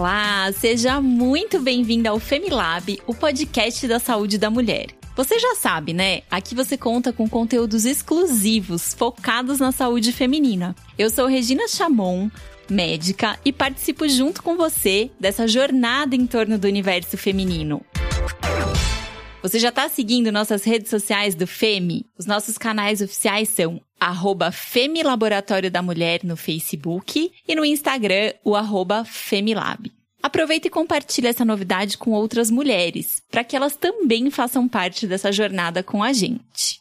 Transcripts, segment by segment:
Olá, seja muito bem-vinda ao Femilab, o podcast da saúde da mulher. Você já sabe, né? Aqui você conta com conteúdos exclusivos focados na saúde feminina. Eu sou Regina Chamon, médica, e participo junto com você dessa jornada em torno do universo feminino. Você já está seguindo nossas redes sociais do Femi? Os nossos canais oficiais são @Femilaboratório da Mulher no Facebook e no Instagram o @Femilab. Aproveita e compartilha essa novidade com outras mulheres, para que elas também façam parte dessa jornada com a gente.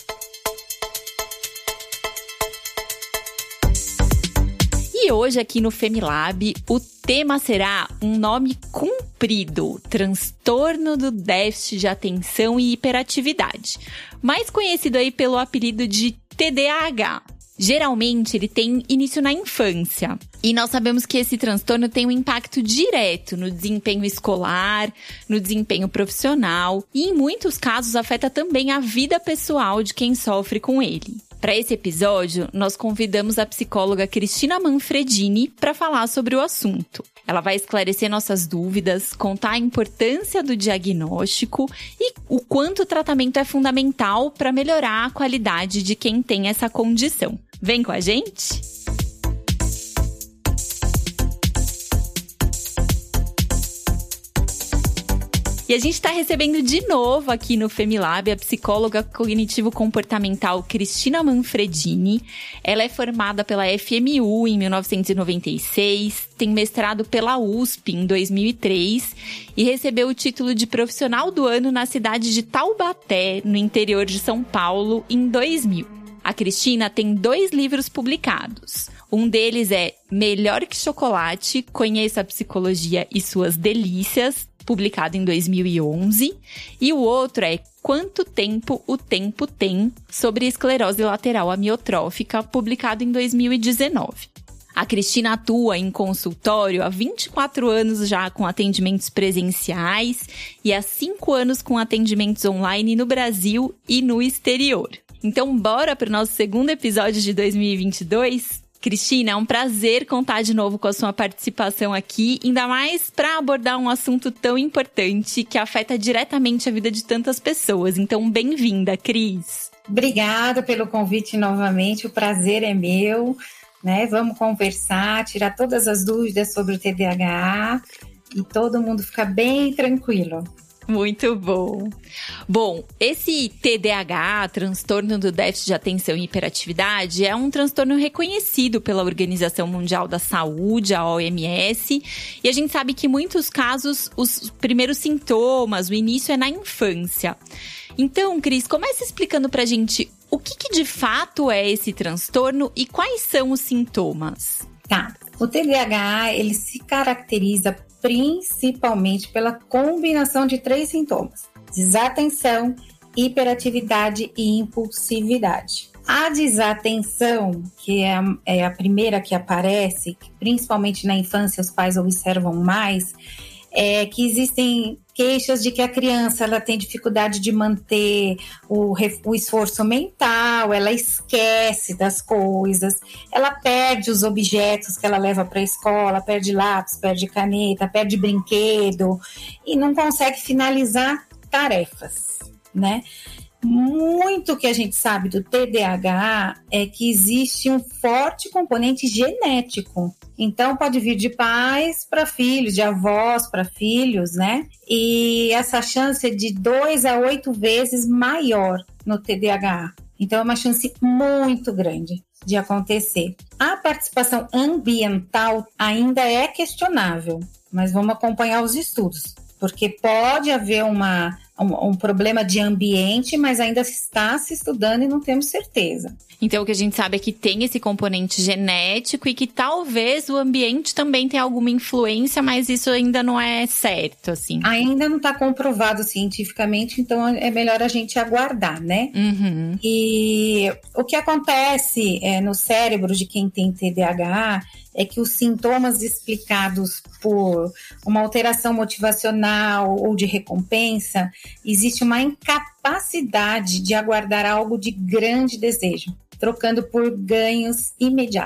E hoje aqui no Femilab, o tema será um nome comprido, transtorno do déficit de atenção e hiperatividade, mais conhecido aí pelo apelido de TDAH. Geralmente ele tem início na infância, e nós sabemos que esse transtorno tem um impacto direto no desempenho escolar, no desempenho profissional, e em muitos casos afeta também a vida pessoal de quem sofre com ele. Para esse episódio, nós convidamos a psicóloga Cristina Manfredini para falar sobre o assunto. Ela vai esclarecer nossas dúvidas, contar a importância do diagnóstico e o quanto o tratamento é fundamental para melhorar a qualidade de quem tem essa condição. Vem com a gente? E a gente está recebendo de novo aqui no Femilab a psicóloga cognitivo-comportamental Cristina Manfredini. Ela é formada pela FMU em 1996, tem mestrado pela USP em 2003 e recebeu o título de profissional do ano na cidade de Taubaté, no interior de São Paulo, em 2000. A Cristina tem 2 livros publicados. Um deles é Melhor que Chocolate, Conheça a Psicologia e Suas Delícias, publicado em 2011, e o outro é Quanto Tempo o Tempo Tem, sobre esclerose lateral amiotrófica, publicado em 2019. A Cristina atua em consultório há 24 anos já com atendimentos presenciais e há 5 anos com atendimentos online no Brasil e no exterior. Então, bora para o nosso segundo episódio de 2022? Cristina, é um prazer contar de novo com a sua participação aqui, ainda mais para abordar um assunto tão importante que afeta diretamente a vida de tantas pessoas. Então, bem-vinda, Cris. Obrigada pelo convite novamente, o prazer é meu, né? Vamos conversar, tirar todas as dúvidas sobre o TDAH e todo mundo ficar bem tranquilo. Muito bom. Bom, esse TDAH, transtorno do déficit de atenção e hiperatividade, é um transtorno reconhecido pela Organização Mundial da Saúde, a OMS, e a gente sabe que em muitos casos os primeiros sintomas, o início é na infância. Então, Cris, comece explicando pra gente o que de fato é esse transtorno e quais são os sintomas. Tá, o TDAH, ele se caracteriza principalmente pela combinação de 3 sintomas: desatenção, hiperatividade e impulsividade. A desatenção, que é a primeira que aparece, que principalmente na infância os pais observam mais, é que existem queixas de que a criança ela tem dificuldade de manter o esforço mental, ela esquece das coisas, ela perde os objetos que ela leva para a escola, perde lápis, perde caneta, perde brinquedo e não consegue finalizar tarefas, né? Muito que a gente sabe do TDAH é que existe um forte componente genético. Então, pode vir de pais para filhos, de avós para filhos, né? E essa chance é de 2 a 8 vezes maior no TDAH. Então, é uma chance muito grande de acontecer. A participação ambiental ainda é questionável, mas vamos acompanhar os estudos, porque pode haver um problema de ambiente, mas ainda está se estudando e não temos certeza. Então, o que a gente sabe é que tem esse componente genético e que talvez o ambiente também tenha alguma influência, mas isso ainda não é certo, assim. Ainda não está comprovado cientificamente, então é melhor a gente aguardar, né? Uhum. E o que acontece no cérebro de quem tem TDAH é que os sintomas explicados por uma alteração motivacional ou de recompensa, existe uma incapacidade de aguardar algo de grande desejo, trocando por ganhos imediatos.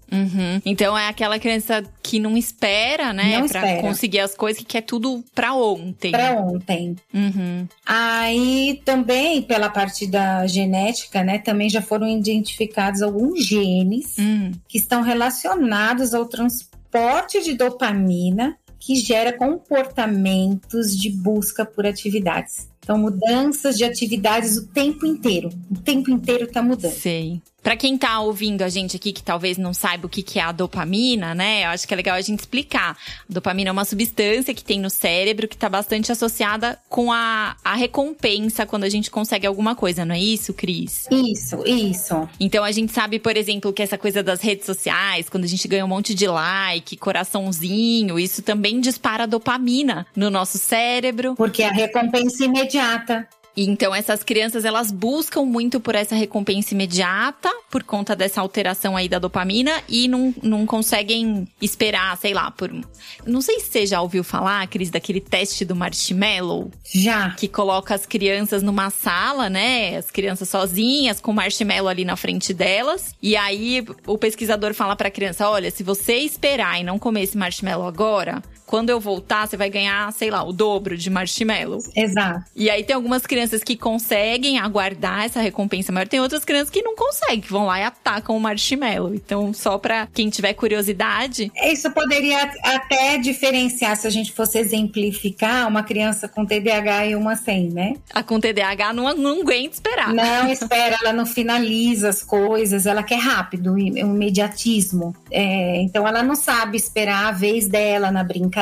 Uhum. Então é aquela criança que não espera, né? Não pra espera. conseguir as coisas, que quer tudo pra ontem. Para ontem. Uhum. Aí também, pela parte da genética, né, também já foram identificados alguns genes que estão relacionados ao transporte de dopamina, que gera comportamentos de busca por atividades. Então, mudanças de atividades o tempo inteiro. O tempo inteiro tá mudando. Sei. Pra quem tá ouvindo a gente aqui, que talvez não saiba o que é a dopamina, né? Eu acho que é legal a gente explicar. A dopamina é uma substância que tem no cérebro que tá bastante associada com a recompensa quando a gente consegue alguma coisa, não é isso, Cris? Isso. Então a gente sabe, por exemplo, que essa coisa das redes sociais, quando a gente ganha um monte de like, coraçãozinho, isso também dispara dopamina no nosso cérebro. Porque a recompensa imediata. Então, essas crianças, elas buscam muito por essa recompensa imediata, por conta dessa alteração aí da dopamina, e não conseguem esperar, sei lá, por... Não sei se você já ouviu falar, Cris, daquele teste do marshmallow. Já. Que coloca as crianças numa sala, né? As crianças sozinhas, com marshmallow ali na frente delas. E aí, o pesquisador fala pra criança, olha, se você esperar e não comer esse marshmallow agora... Quando eu voltar, você vai ganhar, sei lá, o dobro de marshmallow. Exato. E aí tem algumas crianças que conseguem aguardar essa recompensa maior. Tem outras crianças que não conseguem, que vão lá e atacam o marshmallow. Então, só pra quem tiver curiosidade... Isso poderia até diferenciar, se a gente fosse exemplificar, uma criança com TDAH e uma sem, né? A com TDAH não aguenta esperar. Não espera, ela não finaliza as coisas, ela quer rápido, o imediatismo. Então, ela não sabe esperar a vez dela na brincadeira,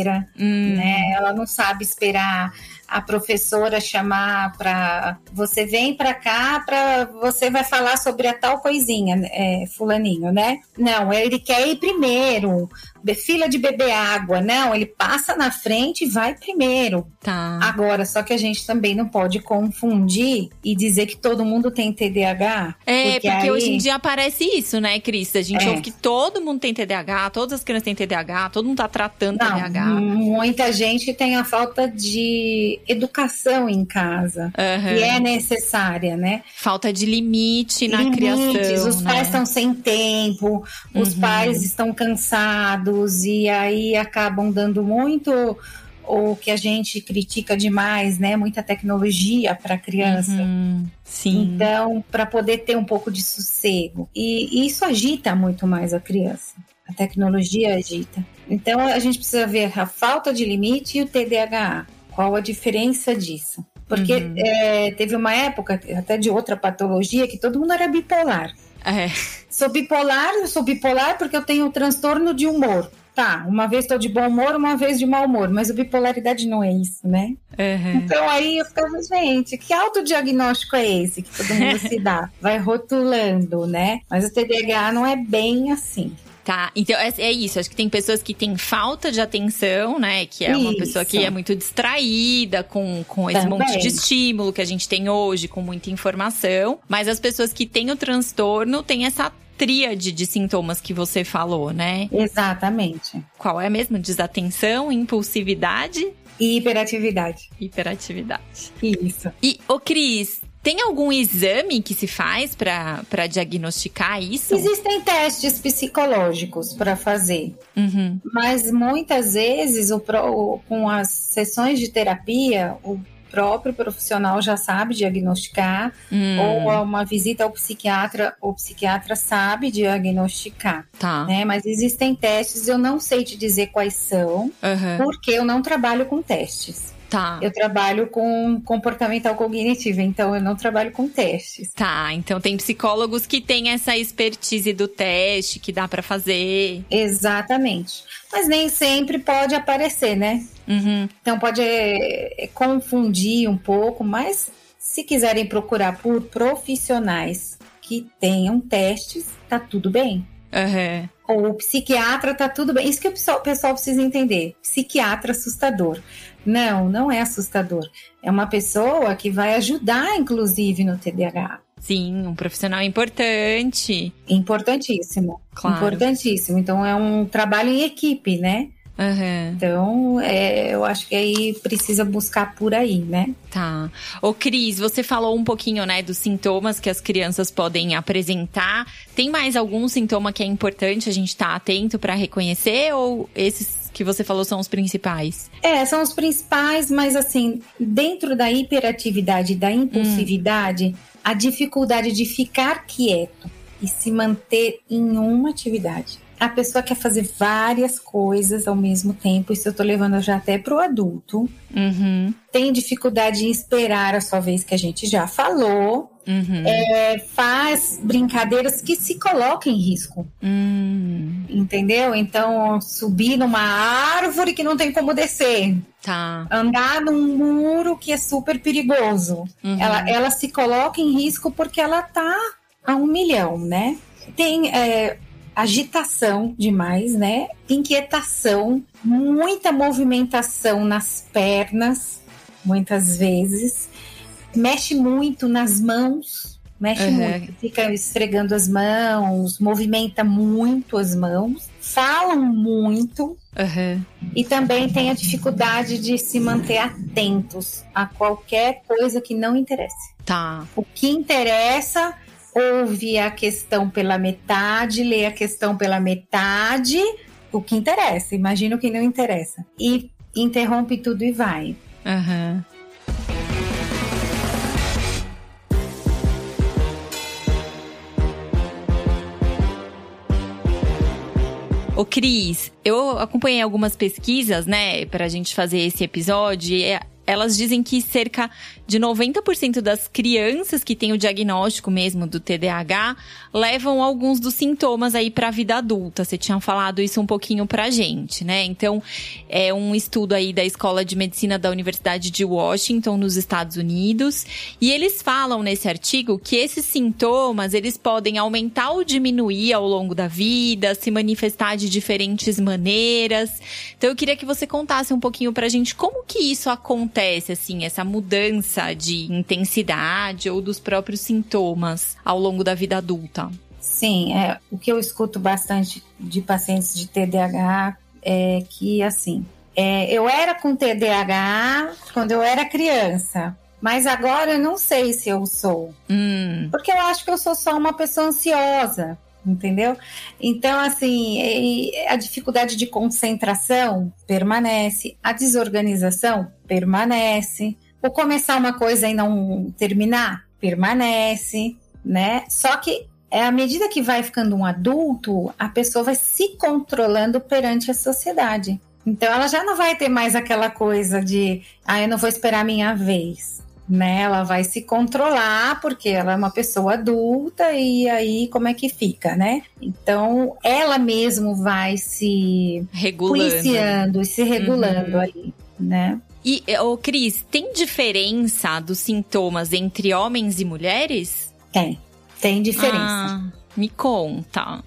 né? Ela não sabe esperar a professora chamar para você vem para cá, você vai falar sobre a tal coisinha, fulaninho, né? Não, ele quer ir primeiro, fila de beber água, não, ele passa na frente e vai primeiro. Tá. Agora, só que a gente também não pode confundir e dizer que todo mundo tem TDAH. Porque aí... hoje em dia aparece isso, né, Cris? A gente ouve que todo mundo tem TDAH, todas as crianças têm TDAH, todo mundo tá tratando TDAH. Muita gente tem a falta de educação em casa, que é necessária, né? Falta de limite na criação. Os pais estão sem tempo, os pais estão cansados e aí acabam dando muito o que a gente critica demais, né? Muita tecnologia para a criança. Sim. Então, para poder ter um pouco de sossego. E isso agita muito mais a criança. A tecnologia agita. Então, a gente precisa ver a falta de limite e o TDAH. Qual a diferença disso? Porque teve uma época, até de outra patologia, que todo mundo era bipolar. Sou bipolar porque eu tenho um transtorno de humor. Tá, uma vez estou de bom humor, uma vez de mau humor. Mas a bipolaridade não é isso, né? Então aí eu ficava, gente, que autodiagnóstico é esse que todo mundo se dá? Vai rotulando, né? Mas o TDAH não é bem assim. Tá, então é isso, acho que tem pessoas que têm falta de atenção, né, que é uma pessoa que é muito distraída com esse monte de estímulo que a gente tem hoje, com muita informação, mas as pessoas que têm o transtorno têm essa tríade de sintomas que você falou, né? Exatamente. Qual é mesmo? Desatenção, impulsividade? E hiperatividade. Isso. E, Cris, tem algum exame que se faz para diagnosticar isso? Existem testes psicológicos para fazer, mas muitas vezes com as sessões de terapia, o próprio profissional já sabe diagnosticar, ou uma visita ao psiquiatra, o psiquiatra sabe diagnosticar. Tá. Né? Mas existem testes, eu não sei te dizer quais são, porque eu não trabalho com testes. Tá. Eu trabalho com comportamental cognitivo, então eu não trabalho com testes. Tá, então tem psicólogos que têm essa expertise do teste, que dá pra fazer. Exatamente. Mas nem sempre pode aparecer, né? Então pode confundir um pouco, mas se quiserem procurar por profissionais que tenham testes, tá tudo bem. Ou o psiquiatra, tá tudo bem. Isso que o pessoal precisa entender. Psiquiatra assustador. Não é assustador. É uma pessoa que vai ajudar, inclusive, no TDAH. Sim, um profissional importante. Importantíssimo. Claro. Importantíssimo. Então, é um trabalho em equipe, né? Uhum. Então, eu acho que aí precisa buscar por aí, né? Tá. Ô, Cris, você falou um pouquinho, né, dos sintomas que as crianças podem apresentar. Tem mais algum sintoma que é importante a gente estar atento para reconhecer? Ou esses que você falou são os principais? São os principais, mas assim, dentro da hiperatividade e da impulsividade, a dificuldade de ficar quieto e se manter em uma atividade. A pessoa quer fazer várias coisas ao mesmo tempo, isso eu tô levando já até pro adulto. Uhum. Tem dificuldade em esperar a sua vez, que a gente já falou. Uhum. Faz brincadeiras que se colocam em risco. Entendeu? Então, subir numa árvore que não tem como descer. Tá. Andar num muro que é super perigoso. Uhum. Ela se coloca em risco porque ela tá a 1 milhão, né? Tem agitação demais, né? Inquietação, muita movimentação nas pernas, muitas vezes. Mexe muito nas mãos, muito, fica esfregando as mãos, movimenta muito as mãos, falam muito. E também tem a dificuldade de se manter atentos a qualquer coisa que não interesse. Tá. O que interessa, ouve a questão pela metade, lê a questão pela metade, o que interessa, imagina o que não interessa. E interrompe tudo e vai. Ô, Cris, eu acompanhei algumas pesquisas, né, pra gente fazer esse episódio. Elas dizem que cerca de 90% das crianças que têm o diagnóstico mesmo do TDAH levam alguns dos sintomas aí para a vida adulta. Você tinha falado isso um pouquinho pra gente, né? Então, é um estudo aí da Escola de Medicina da Universidade de Washington, nos Estados Unidos. E eles falam nesse artigo que esses sintomas, eles podem aumentar ou diminuir ao longo da vida, se manifestar de diferentes maneiras. Então, eu queria que você contasse um pouquinho pra gente como que isso acontece, assim, essa mudança de intensidade ou dos próprios sintomas ao longo da vida adulta. Sim, o que eu escuto bastante de pacientes de TDAH é que, assim, eu era com TDAH quando eu era criança, mas agora eu não sei se eu sou. Porque eu acho que eu sou só uma pessoa ansiosa, entendeu? Então, assim, a dificuldade de concentração permanece, a desorganização permanece, o começar uma coisa e não terminar permanece, né? Só que à medida que vai ficando um adulto, a pessoa vai se controlando perante a sociedade. Então, ela já não vai ter mais aquela coisa de, eu não vou esperar a minha vez, né? Ela vai se controlar porque ela é uma pessoa adulta e aí como é que fica, né? Então, ela mesmo vai se policiando e se regulando ali, né? E, Cris, tem diferença dos sintomas entre homens e mulheres? Tem diferença. Me conta.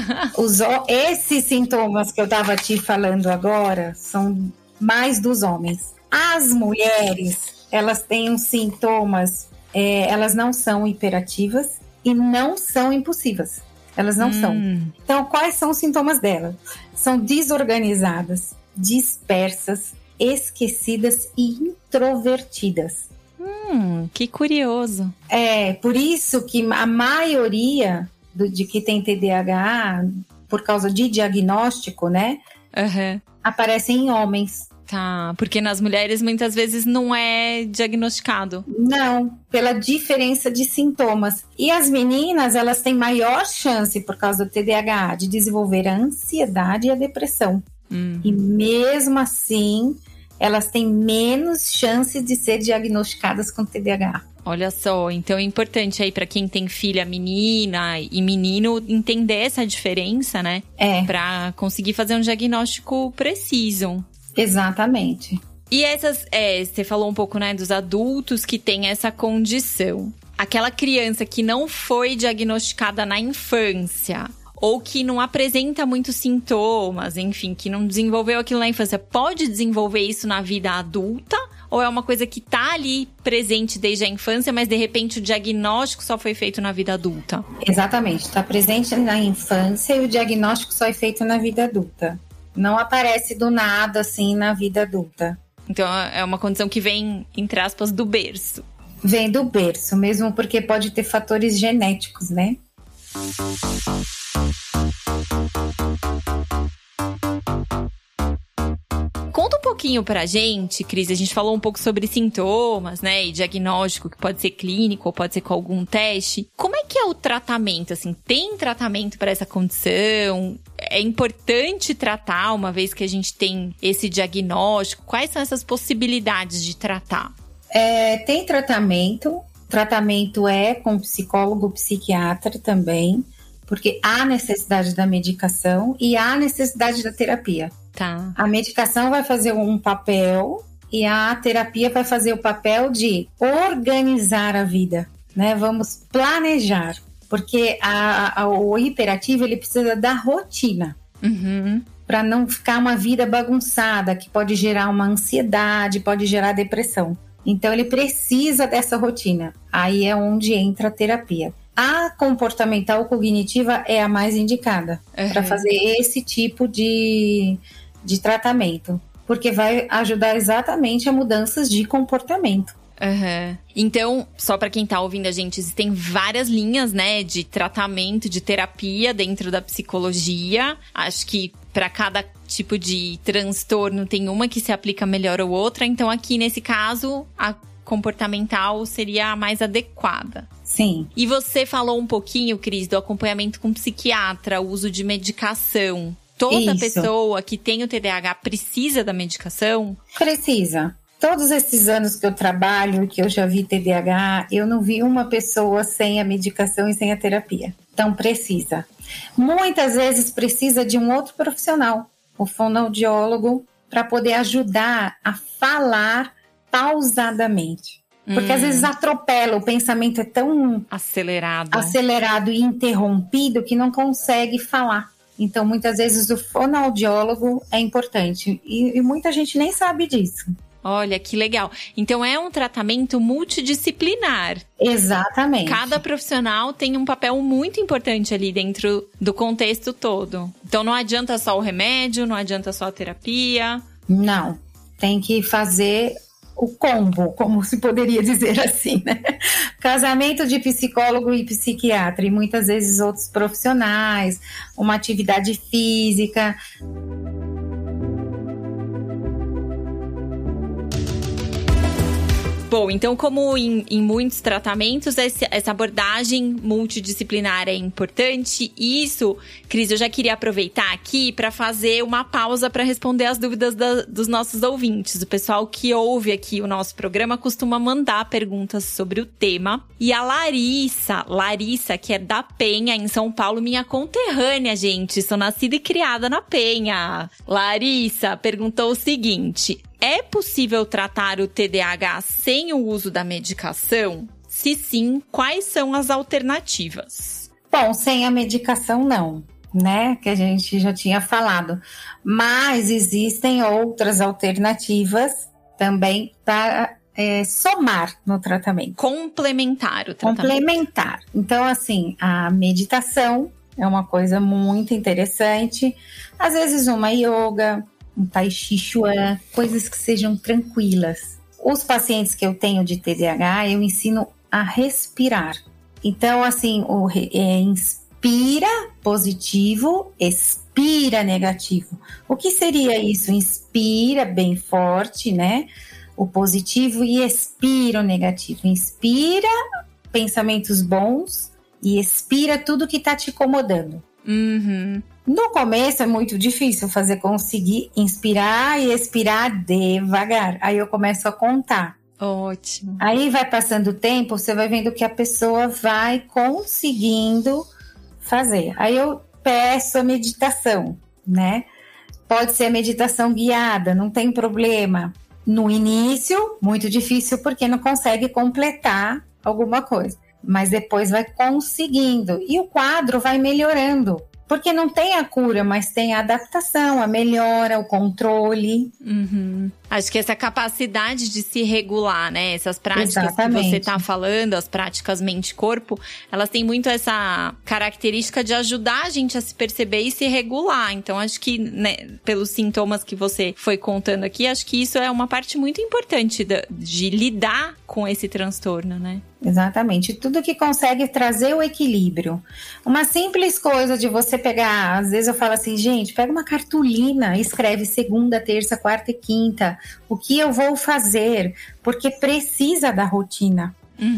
Esses sintomas que eu estava te falando agora são mais dos homens. As mulheres, elas têm os sintomas, elas não são hiperativas e não são impulsivas. Elas não são. Então, quais são os sintomas delas? São desorganizadas, dispersas, esquecidas e introvertidas. Que curioso. Por isso que a maioria de que tem TDAH, por causa de diagnóstico, né? Aparecem em homens. Tá, porque nas mulheres muitas vezes não é diagnosticado. Não, pela diferença de sintomas. E as meninas, elas têm maior chance, por causa do TDAH, de desenvolver a ansiedade e a depressão. E mesmo assim, elas têm menos chance de ser diagnosticadas com TDAH. Olha só, então é importante aí para quem tem filha menina e menino entender essa diferença, né? Para conseguir fazer um diagnóstico preciso. Exatamente. E essas, você falou um pouco, né, dos adultos que têm essa condição. Aquela criança que não foi diagnosticada na infância, ou que não apresenta muitos sintomas, enfim, que não desenvolveu aquilo na infância, pode desenvolver isso na vida adulta? Ou é uma coisa que tá ali presente desde a infância, mas de repente o diagnóstico só foi feito na vida adulta? Exatamente, está presente na infância e o diagnóstico só é feito na vida adulta. Não aparece do nada, assim, na vida adulta. Então, é uma condição que vem, entre aspas, do berço. Vem do berço, mesmo porque pode ter fatores genéticos, né? Conta um pouquinho pra gente, Cris, a gente falou um pouco sobre sintomas, né, e diagnóstico, que pode ser clínico ou pode ser com algum teste. Como é que é o tratamento, assim? Tem tratamento para essa condição? É importante tratar uma vez que a gente tem esse diagnóstico? Quais são essas possibilidades de tratar? Tem tratamento. Tratamento é com psicólogo, psiquiatra também, porque há necessidade da medicação e há necessidade da terapia. Tá. A medicação vai fazer um papel e a terapia vai fazer o papel de organizar a vida, né? Vamos planejar, porque o hiperativo ele precisa da rotina. Para não ficar uma vida bagunçada, que pode gerar uma ansiedade, pode gerar depressão. Então ele precisa dessa rotina. Aí é onde entra a terapia. A comportamental cognitiva é a mais indicada para fazer esse tipo de tratamento, porque vai ajudar exatamente a mudanças de comportamento. Então, só para quem tá ouvindo a gente, existem várias linhas, né, de tratamento, de terapia dentro da psicologia. Acho que para cada tipo de transtorno tem uma que se aplica melhor ou outra. Então, aqui nesse caso, a comportamental seria a mais adequada. Sim. E você falou um pouquinho, Cris, do acompanhamento com psiquiatra, o uso de medicação. Toda pessoa que tem o TDAH precisa da medicação? Precisa. Todos esses anos que eu trabalho, que eu já vi TDAH, eu não vi uma pessoa sem a medicação e sem a terapia. Então, precisa. Muitas vezes precisa de um outro profissional, o fonoaudiólogo, para poder ajudar a falar pausadamente. Porque às vezes atropela, o pensamento é tão acelerado e interrompido que não consegue falar. Então, muitas vezes o fonoaudiólogo é importante e muita gente nem sabe disso. Olha, que legal. Então, é um tratamento multidisciplinar. Exatamente. Cada profissional tem um papel muito importante ali dentro do contexto todo. Então, não adianta só o remédio, não adianta só a terapia. Não, tem que fazer o combo, como se poderia dizer assim, né? Casamento de psicólogo e psiquiatra, e muitas vezes outros profissionais, uma atividade física. Bom, então como em muitos tratamentos, essa abordagem multidisciplinar é importante. E isso, Cris, eu já queria aproveitar aqui para fazer uma pausa para responder as dúvidas dos nossos ouvintes. O pessoal que ouve aqui o nosso programa costuma mandar perguntas sobre o tema. E a Larissa, que é da Penha, em São Paulo, minha conterrânea, gente. Sou nascida e criada na Penha. Larissa perguntou o seguinte: é possível tratar o TDAH sem o uso da medicação? Se sim, quais são as alternativas? Bom, sem a medicação não, né? Que a gente já tinha falado. Mas existem outras alternativas também para somar no tratamento. Complementar o tratamento. Complementar. Então, assim, a meditação é uma coisa muito interessante. Às vezes uma yoga, um tai chi chuan, coisas que sejam tranquilas. Os pacientes que eu tenho de TDAH, eu ensino a respirar. Então, assim, inspira positivo, expira negativo. O que seria isso? Inspira bem forte, né? O positivo e expira o negativo. Inspira pensamentos bons e expira tudo que está te incomodando. No começo é muito difícil conseguir inspirar e expirar devagar. Aí eu começo a contar. Ótimo. Aí vai passando o tempo, você vai vendo que a pessoa vai conseguindo fazer. Aí eu peço a meditação, né? Pode ser a meditação guiada, não tem problema. No início, muito difícil porque não consegue completar alguma coisa. Mas depois vai conseguindo. E o quadro vai melhorando. Porque não tem a cura, mas tem a adaptação, a melhora, o controle. Acho que essa capacidade de se regular, né? Essas práticas Exatamente. que você está falando, as práticas mente-corpo, elas têm muito essa característica de ajudar a gente a se perceber e se regular. Então, acho que, né, pelos sintomas que você foi contando aqui, acho que isso é uma parte muito importante de lidar com esse transtorno, né? Exatamente. Tudo que consegue trazer o equilíbrio. Uma simples coisa de você pegar, às vezes eu falo assim, gente, pega uma cartolina, escreve segunda, terça, quarta e quinta. O que eu vou fazer? Porque precisa da rotina.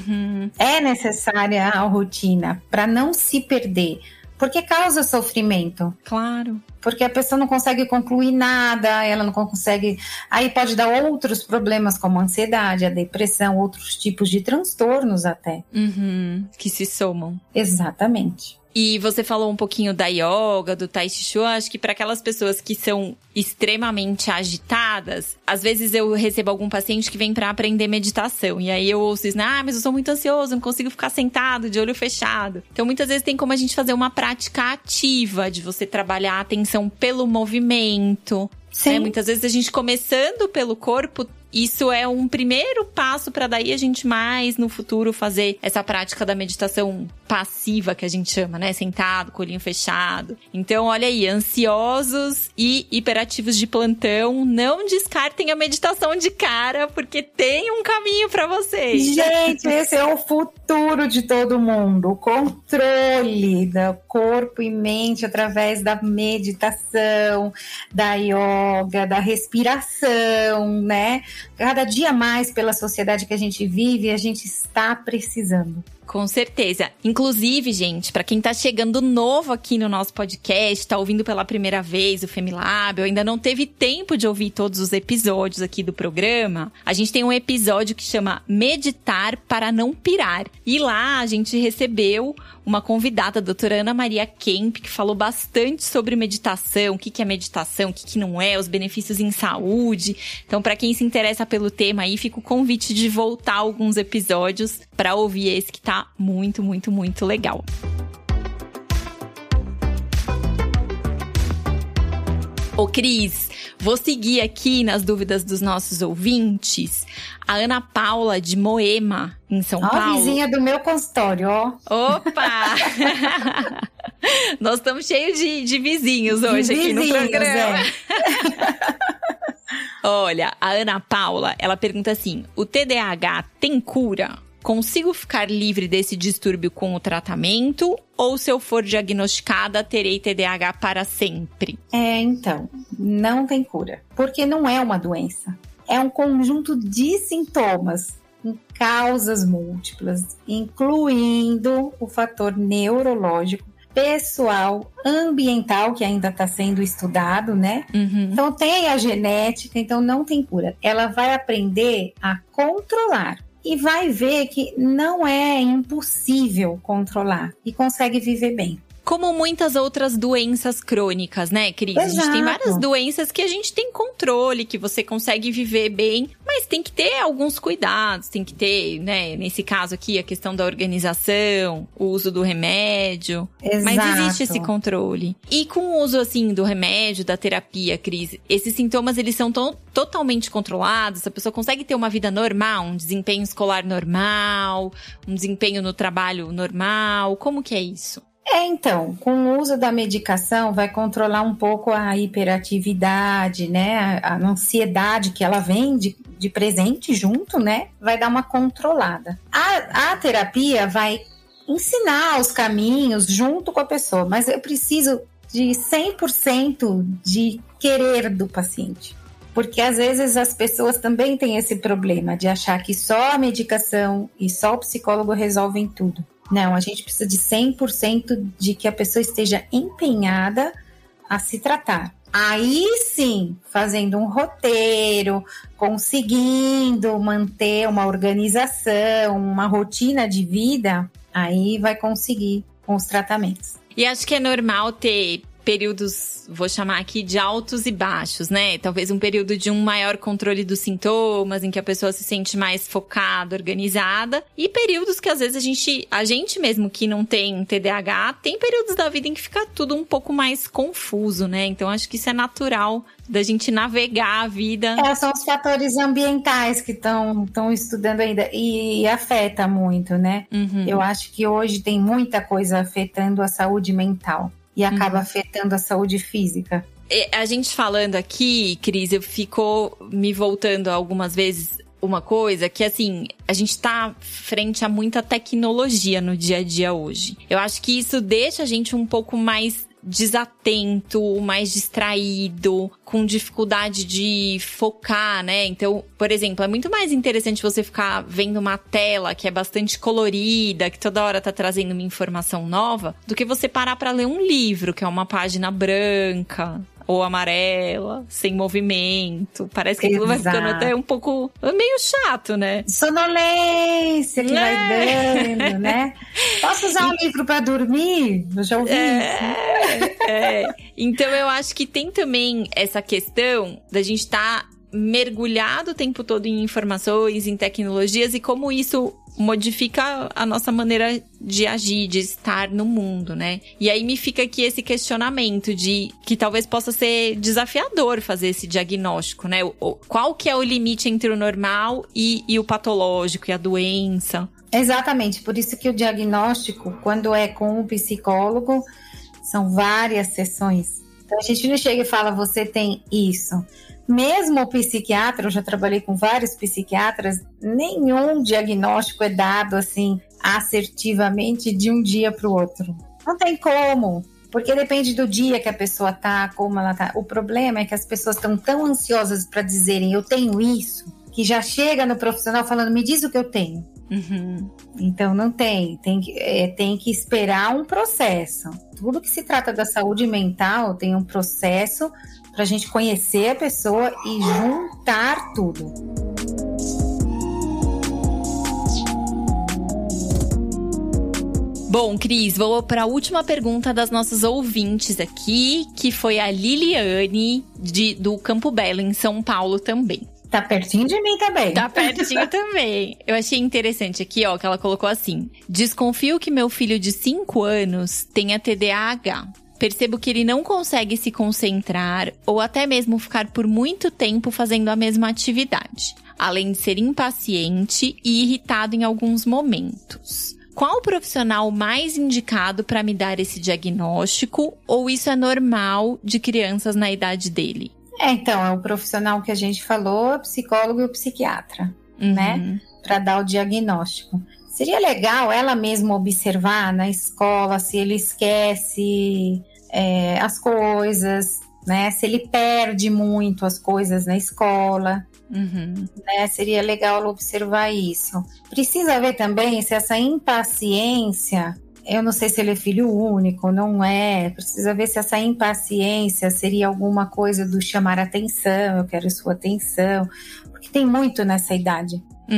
É necessária a rotina para não se perder. Porque causa sofrimento. Claro. Porque a pessoa não consegue concluir nada, ela não consegue... Aí pode dar outros problemas, como a ansiedade, a depressão, outros tipos de transtornos até. Que se somam. Exatamente. E você falou um pouquinho da yoga, do tai chi chuan. Acho que para aquelas pessoas que são extremamente agitadas, às vezes eu recebo algum paciente que vem para aprender meditação. E aí eu ouço isso, mas eu sou muito ansioso, não consigo ficar sentado, de olho fechado. Então muitas vezes tem como a gente fazer uma prática ativa, de você trabalhar a atenção pelo movimento. Sim. Muitas vezes a gente começando pelo corpo, isso é um primeiro passo para daí a gente mais no futuro fazer essa prática da meditação passiva que a gente chama, né? Sentado, com o olhinho fechado. Então, olha aí, ansiosos e hiperativos de plantão, não descartem a meditação de cara, porque tem um caminho para vocês. Gente, esse é o futuro de todo mundo. O controle do corpo e mente através da meditação, da yoga, da respiração, né? Cada dia mais pela sociedade que a gente vive, a gente está precisando. Com certeza. Inclusive, gente, para quem tá chegando novo aqui no nosso podcast, tá ouvindo pela primeira vez o Femilab, ou ainda não teve tempo de ouvir todos os episódios aqui do programa, a gente tem um episódio que chama Meditar para não pirar. E lá a gente recebeu uma convidada, a doutora Ana Maria Kemp, que falou bastante sobre meditação, o que é meditação, o que não é, os benefícios em saúde. Então, para quem se interessa pelo tema aí, fica o convite de voltar alguns episódios para ouvir esse que tá muito, muito, muito legal. Ô, Cris, vou seguir aqui nas dúvidas dos nossos ouvintes. A Ana Paula, de Moema, em São Paulo. Vizinha do meu consultório, ó. Opa! Nós estamos cheios de vizinhos hoje aqui no programa. Olha, a Ana Paula, ela pergunta assim, o TDAH tem cura? Consigo ficar livre desse distúrbio com o tratamento? Ou se eu for diagnosticada, terei TDAH para sempre? Então, não tem cura. Porque não é uma doença. É um conjunto de sintomas com causas múltiplas, incluindo o fator neurológico, pessoal, ambiental, que ainda está sendo estudado, né? Então, tem a genética, então não tem cura. Ela vai aprender a controlar. E vai ver que não é impossível controlar e consegue viver bem. Como muitas outras doenças crônicas, né, Cris? Exato. A gente tem várias doenças que a gente tem controle, que você consegue viver bem, mas tem que ter alguns cuidados, tem que ter, né, nesse caso aqui, a questão da organização, o uso do remédio. Exato. Mas existe esse controle. E com o uso, assim, do remédio, da terapia, Cris, esses sintomas, eles são totalmente controlados? A pessoa consegue ter uma vida normal, um desempenho escolar normal, um desempenho no trabalho normal? Como que é isso? Então, com o uso da medicação vai controlar um pouco a hiperatividade, né? A ansiedade que ela vem de presente junto, né? Vai dar uma controlada. A terapia vai ensinar os caminhos junto com a pessoa, mas eu preciso de 100% de querer do paciente. Porque às vezes as pessoas também têm esse problema de achar que só a medicação e só o psicólogo resolvem tudo. Não, a gente precisa de 100% de que a pessoa esteja empenhada a se tratar. Aí sim, fazendo um roteiro, conseguindo manter uma organização, uma rotina de vida, aí vai conseguir com os tratamentos. E acho que é normal ter períodos, vou chamar aqui de altos e baixos, né? Talvez um período de um maior controle dos sintomas, em que a pessoa se sente mais focada, organizada. E períodos que às vezes a gente mesmo que não tem TDAH, tem períodos da vida em que fica tudo um pouco mais confuso, né? Então acho que isso é natural da gente navegar a vida. São os fatores ambientais que estão estudando ainda e afeta muito, né? Uhum. Eu acho que hoje tem muita coisa afetando a saúde mental e acaba afetando a saúde física. A gente falando aqui, Cris, eu fico me voltando algumas vezes uma coisa que, assim, a gente tá frente a muita tecnologia no dia a dia hoje. Eu acho que isso deixa a gente um pouco mais desatento, mais distraído, com dificuldade de focar, né? Então, por exemplo, é muito mais interessante você ficar vendo uma tela que é bastante colorida, que toda hora tá trazendo uma informação nova, do que você parar pra ler um livro, que é uma página branca ou amarela, sem movimento. Parece que aquilo vai ficando até um pouco meio chato, né? Sonolência que vai dando, né? Posso usar um livro para dormir? Eu já ouvi isso. Então eu acho que tem também essa questão da gente estar mergulhado o tempo todo em informações, em tecnologias, e como isso modifica a nossa maneira de agir, de estar no mundo, né? E aí me fica aqui esse questionamento de que talvez possa ser desafiador fazer esse diagnóstico, né? Qual que é o limite entre o normal e o patológico e a doença? Exatamente, por isso que o diagnóstico, quando é com um psicólogo, são várias sessões. Então a gente não chega e fala, você tem isso. Mesmo o psiquiatra, eu já trabalhei com vários psiquiatras, nenhum diagnóstico é dado assim assertivamente de um dia para o outro. Não tem como, porque depende do dia que a pessoa tá, como ela tá. O problema é que as pessoas estão tão ansiosas para dizerem eu tenho isso, que já chega no profissional falando me diz o que eu tenho. Uhum. Então não tem que esperar um processo. Tudo que se trata da saúde mental tem um processo para a gente conhecer a pessoa e juntar tudo. Bom, Cris, vou para a última pergunta das nossas ouvintes aqui, que foi a Liliane, do Campo Belo, em São Paulo também. Tá pertinho de mim também. Tá pertinho também. Eu achei interessante aqui, ó, que ela colocou assim: desconfio que meu filho de 5 anos tenha TDAH. Percebo que ele não consegue se concentrar ou até mesmo ficar por muito tempo fazendo a mesma atividade, além de ser impaciente e irritado em alguns momentos. Qual o profissional mais indicado para me dar esse diagnóstico, ou isso é normal de crianças na idade dele? Então, é o profissional que a gente falou, o psicólogo e o psiquiatra, né? Para dar o diagnóstico. Seria legal ela mesma observar na escola se ele esquece as coisas, né? Se ele perde muito as coisas na escola, né? Seria legal ela observar isso. Precisa ver também se essa impaciência, eu não sei se ele é filho único, não é. Precisa ver se essa impaciência seria alguma coisa do chamar atenção, eu quero sua atenção, porque tem muito nessa idade.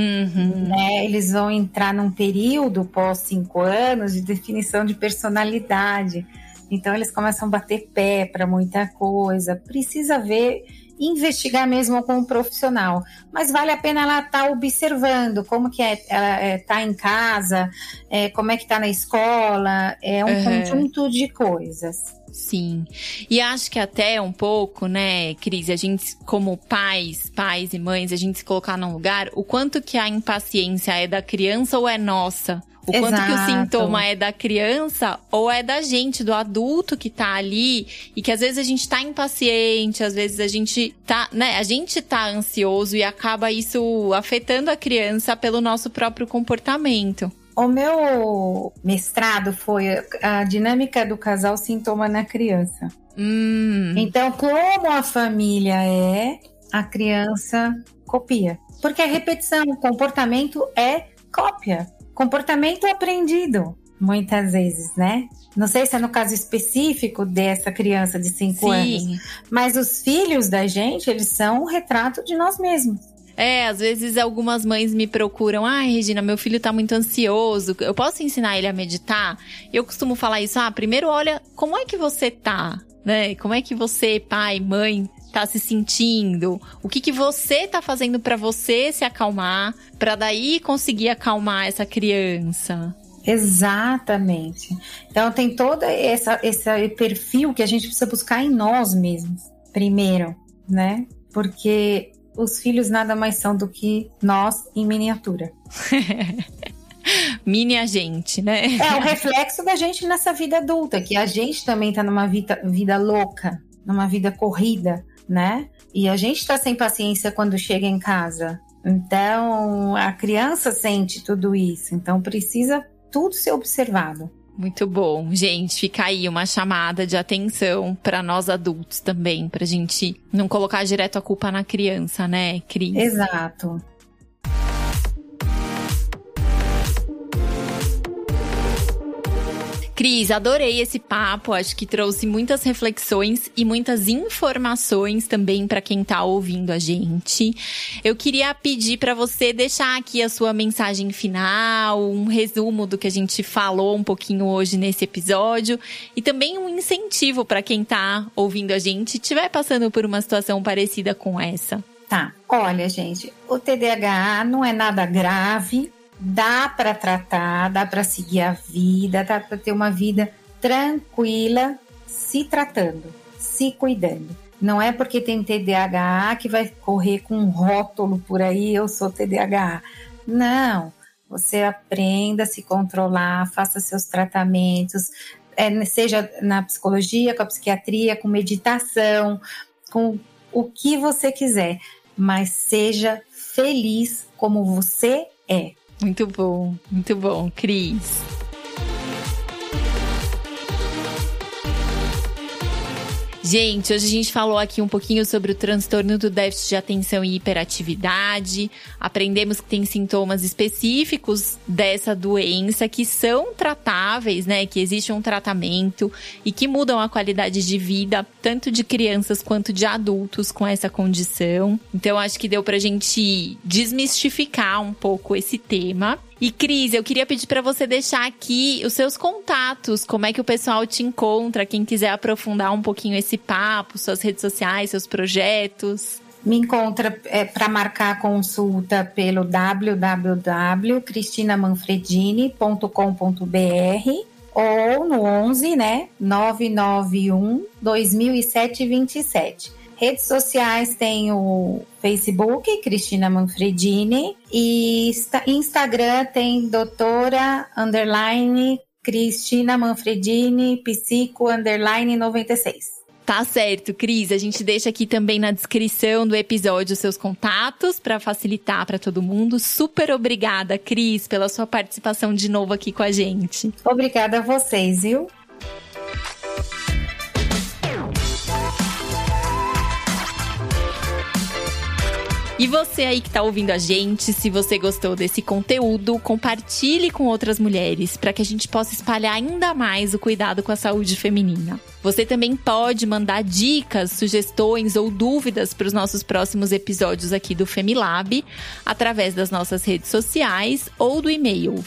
Né? Eles vão entrar num período pós 5 anos de definição de personalidade, então eles começam a bater pé para muita coisa. Precisa ver, investigar mesmo com um profissional, mas vale a pena ela estar observando como que ela tá em casa, como é que tá na escola, um conjunto de coisas. Sim, e acho que até um pouco, né, Cris, a gente como pais e mães, a gente se colocar num lugar, o quanto que a impaciência é da criança ou é nossa? O quanto que o sintoma é da criança ou é da gente, do adulto que tá ali, e que às vezes a gente tá impaciente, às vezes a gente tá, né, a gente tá ansioso e acaba isso afetando a criança pelo nosso próprio comportamento. O meu mestrado foi a dinâmica do casal sintoma na criança. Então, como a família a criança copia. Porque a repetição, o comportamento é cópia. Comportamento aprendido, muitas vezes, né? Não sei se é no caso específico dessa criança de 5 anos. Mas os filhos da gente, eles são um retrato de nós mesmos. Às vezes algumas mães me procuram, Regina, meu filho tá muito ansioso, eu posso ensinar ele a meditar? Eu costumo falar isso, primeiro olha, como é que você tá? né? Como é que você, pai, mãe, tá se sentindo? O que você tá fazendo pra você se acalmar, pra daí conseguir acalmar essa criança? Exatamente. Então tem todo esse perfil que a gente precisa buscar em nós mesmos, primeiro, né? Porque os filhos nada mais são do que nós em miniatura. Mini a gente, né? É o reflexo da gente nessa vida adulta, que a gente também tá numa vida louca, numa vida corrida, né? E a gente tá sem paciência quando chega em casa. Então, a criança sente tudo isso. Então, precisa tudo ser observado. Muito bom. Gente, fica aí uma chamada de atenção para nós adultos também, pra gente não colocar direto a culpa na criança, né, Cris? Exato. Cris, adorei esse papo, acho que trouxe muitas reflexões e muitas informações também para quem tá ouvindo a gente. Eu queria pedir para você deixar aqui a sua mensagem final, um resumo do que a gente falou um pouquinho hoje nesse episódio e também um incentivo para quem tá ouvindo a gente e estiver passando por uma situação parecida com essa. Tá, olha, gente, o TDAH não é nada grave. Dá para tratar, dá para seguir a vida, dá para ter uma vida tranquila, se tratando, se cuidando. Não é porque tem TDAH que vai correr com um rótulo por aí, eu sou TDAH. Não, você aprenda a se controlar, faça seus tratamentos, seja na psicologia, com a psiquiatria, com meditação, com o que você quiser, mas seja feliz como você é. Muito bom, Cris. Gente, hoje a gente falou aqui um pouquinho sobre o transtorno do déficit de atenção e hiperatividade. Aprendemos que tem sintomas específicos dessa doença que são tratáveis, né? Que existe um tratamento e que mudam a qualidade de vida, tanto de crianças quanto de adultos com essa condição. Então, acho que deu pra gente desmistificar um pouco esse tema. E Cris, eu queria pedir para você deixar aqui os seus contatos, como é que o pessoal te encontra, quem quiser aprofundar um pouquinho esse papo, suas redes sociais, seus projetos. Me encontra para marcar a consulta pelo www.cristinamanfredini.com.br ou no 11, né, 991 2007 27. Redes sociais tem o Facebook, Cristina Manfredini, e Instagram tem doutora_Cristina Manfredini, psico_96. Tá certo, Cris. A gente deixa aqui também na descrição do episódio os seus contatos para facilitar para todo mundo. Super obrigada, Cris, pela sua participação de novo aqui com a gente. Obrigada a vocês, viu? E você aí que tá ouvindo a gente, se você gostou desse conteúdo, compartilhe com outras mulheres para que a gente possa espalhar ainda mais o cuidado com a saúde feminina. Você também pode mandar dicas, sugestões ou dúvidas para os nossos próximos episódios aqui do Femilab, através das nossas redes sociais ou do e-mail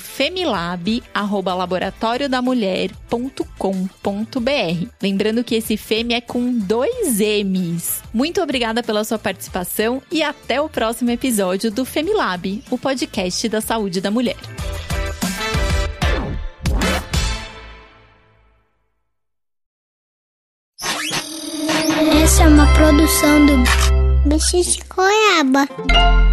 femilab@laboratoriodamulher.com.br. Lembrando que esse Femi é com 2 M's. Muito obrigada pela sua participação e até o próximo episódio do Femilab, o podcast da saúde da mulher. Essa é uma produção do Bicho de Goiaba.